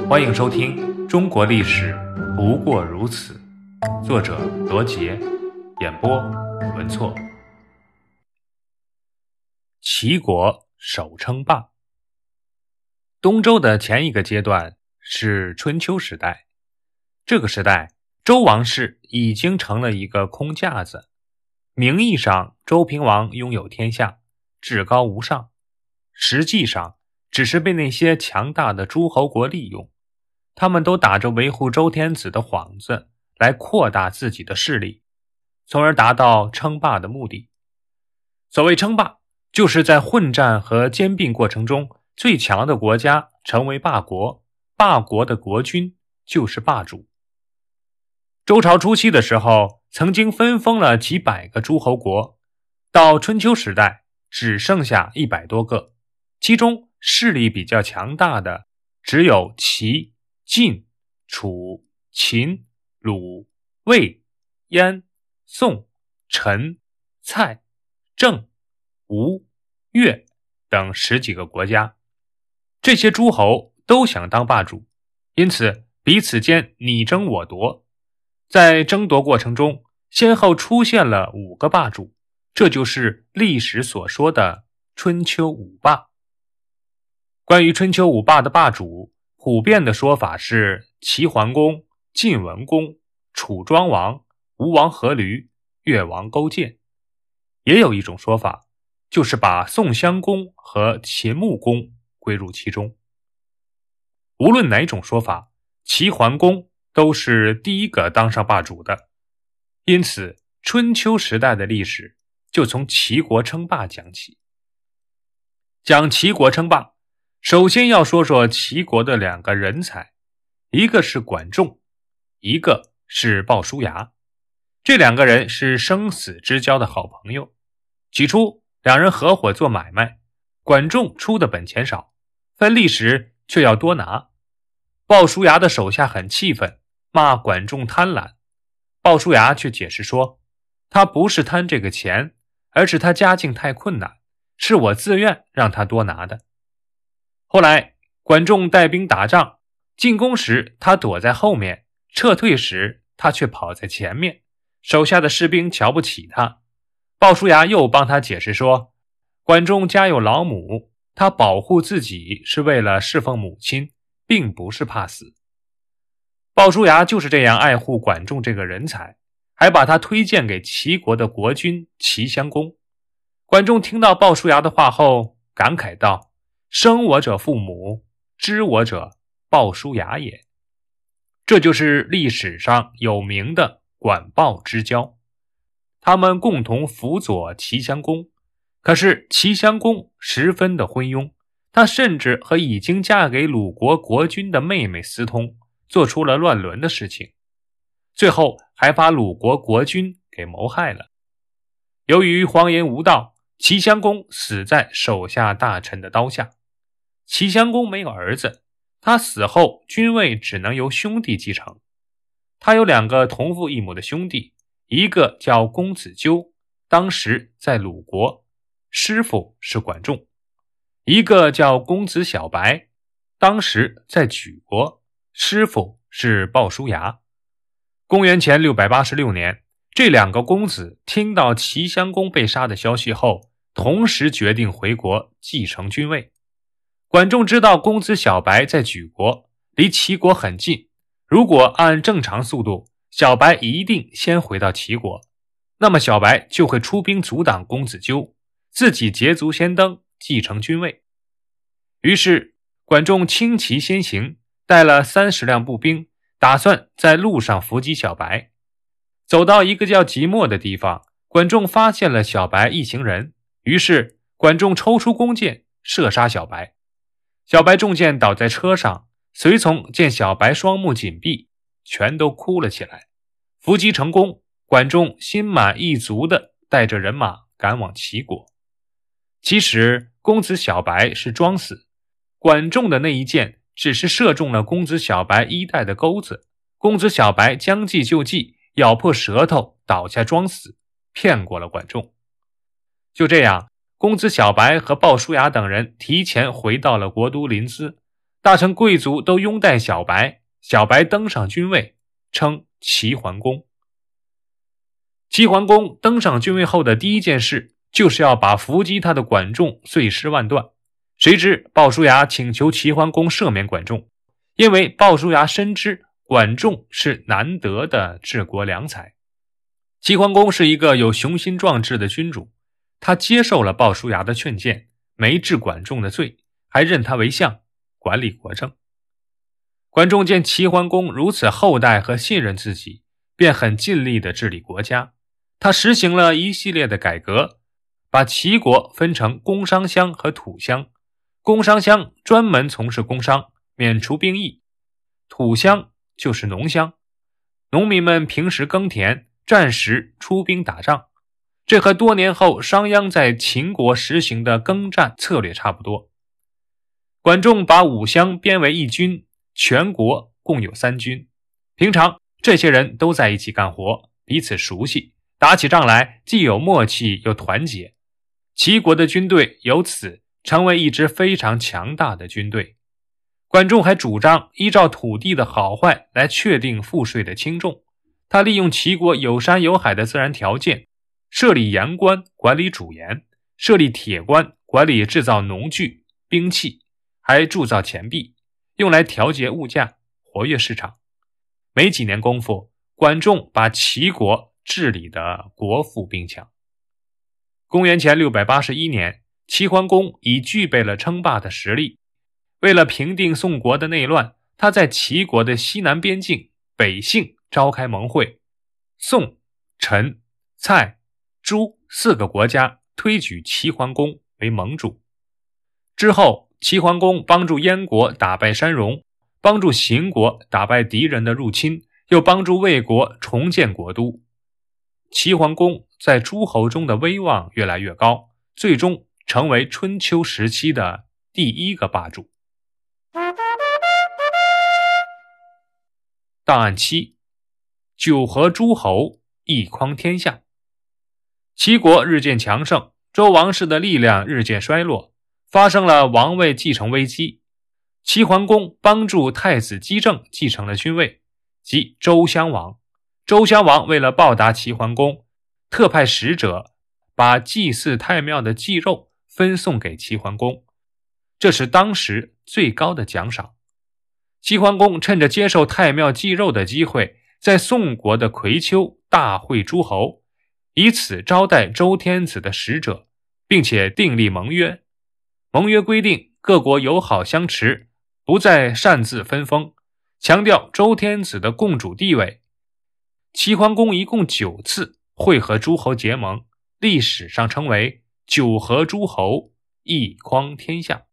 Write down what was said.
欢迎收听《中国历史不过如此》，作者罗杰，演播文措。齐国首称霸。东周的前一个阶段是春秋时代，这个时代周王室已经成了一个空架子，名义上周平王拥有天下，至高无上，实际上只是被那些强大的诸侯国利用，他们都打着维护周天子的幌子来扩大自己的势力，从而达到称霸的目的。所谓称霸，就是在混战和兼并过程中，最强的国家成为霸国，霸国的国君就是霸主。周朝初期的时候，曾经分封了几百个诸侯国，到春秋时代只剩下100多个，其中势力比较强大的只有齐、晋、楚、秦、鲁、魏、燕、宋、陈、蔡、郑、吴、越等10几个国家。这些诸侯都想当霸主，因此彼此间你争我夺。在争夺过程中，先后出现了5个霸主，这就是历史所说的春秋五霸。关于春秋五霸的霸主，普遍的说法是齐桓公、晋文公、楚庄王、吴王阖闾、越王勾践。也有一种说法，就是把宋襄公和秦穆公归入其中。无论哪种说法，齐桓公都是第一个当上霸主的，因此春秋时代的历史就从齐国称霸讲起。讲齐国称霸，首先要说说齐国的2个人才，一个是管仲，一个是鲍叔牙。这2个人是生死之交的好朋友。起初2人合伙做买卖，管仲出的本钱少，分利时却要多拿。鲍叔牙的手下很气愤，骂管仲贪婪。鲍叔牙却解释说，他不是贪这个钱，而是他家境太困难，是我自愿让他多拿的。后来管仲带兵打仗，进攻时他躲在后面，撤退时他却跑在前面，手下的士兵瞧不起他。鲍叔牙又帮他解释说，管仲家有老母，他保护自己是为了侍奉母亲，并不是怕死。鲍叔牙就是这样爱护管仲这个人才，还把他推荐给齐国的国君齐襄公。管仲听到鲍叔牙的话后，感慨道，生我者父母，知我者鲍叔牙也。这就是历史上有名的管鲍之交。他们共同辅佐齐襄公，可是齐襄公十分的昏庸，他甚至和已经嫁给鲁国国君的妹妹私通，做出了乱伦的事情，最后还把鲁国国君给谋害了。由于荒淫无道，齐襄公死在手下大臣的刀下。齐襄公没有儿子，他死后君位只能由兄弟继承。他有2个同父异母的兄弟，一个叫公子纠，当时在鲁国，师傅是管仲；一个叫公子小白，当时在莒国，师傅是鲍叔牙。公元前686年，这2个公子听到齐襄公被杀的消息后，同时决定回国继承君位。管仲知道公子小白在莒国，离齐国很近，如果按正常速度，小白一定先回到齐国，那么小白就会出兵阻挡公子纠，自己捷足先登，继承君位。于是管仲轻骑先行，带了30辆步兵，打算在路上伏击小白。走到一个叫即墨的地方，管仲发现了小白一行人，于是管仲抽出弓箭射杀小白。小白中箭倒在车上，随从见小白双目紧闭，全都哭了起来。伏击成功，管仲心满意足地带着人马赶往齐国。其实公子小白是装死，管仲的那一箭只是射中了公子小白衣带的钩子，公子小白将计就计，咬破舌头倒下装死，骗过了管仲。就这样，公子小白和鲍叔牙等人提前回到了国都临淄， 大臣贵族都拥戴小白，小白登上君位，称齐桓公。齐桓公登上君位后的第一件事，就是要把伏击他的管仲碎尸万段。谁知鲍叔牙请求齐桓公赦免管仲，因为鲍叔牙深知管仲是难得的治国良才。齐桓公是一个有雄心壮志的君主，他接受了鲍叔牙的劝谏，没治管仲的罪，还任他为相，管理国政。管仲见齐桓公如此厚待和信任自己，便很尽力地治理国家。他实行了一系列的改革，把齐国分成工商乡和土乡。工商乡专门从事工商，免除兵役；土乡就是农乡，农民们平时耕田，战时出兵打仗。这和多年后商鞅在秦国实行的耕战策略差不多。管仲把5乡编为1军，全国共有3军。平常这些人都在一起干活，彼此熟悉，打起仗来既有默契又团结。齐国的军队由此成为一支非常强大的军队。管仲还主张依照土地的好坏来确定赋税的轻重。他利用齐国有山有海的自然条件，设立盐官管理主盐，设立铁官管理制造农具兵器，还铸造钱币，用来调节物价，活跃市场。没几年功夫，管仲把齐国治理得国富兵强。公元前681年，齐桓公已具备了称霸的实力。为了平定宋国的内乱，他在齐国的西南边境北杏召开盟会，宋、陈、蔡、朱4个国家推举齐桓公为盟主。之后，齐桓公帮助燕国打败山戎，帮助邢国打败敌人的入侵，又帮助魏国重建国都。齐桓公在诸侯中的威望越来越高，最终成为春秋时期的第1个霸主。档案7：九合诸侯，一匡天下。齐国日渐强盛，周王室的力量日渐衰落，发生了王位继承危机。齐桓公帮助太子姬政继承了君位，即周襄王。周襄王为了报答齐桓公，特派使者把祭祀太庙的祭肉分送给齐桓公，这是当时最高的奖赏。齐桓公趁着接受太庙祭肉的机会，在宋国的葵丘大会诸侯，以此招待周天子的使者，并且订立盟约。盟约规定各国友好相持，不再擅自分封，强调周天子的共主地位。齐桓公一共9次会和诸侯结盟，历史上称为九合诸侯，一匡天下。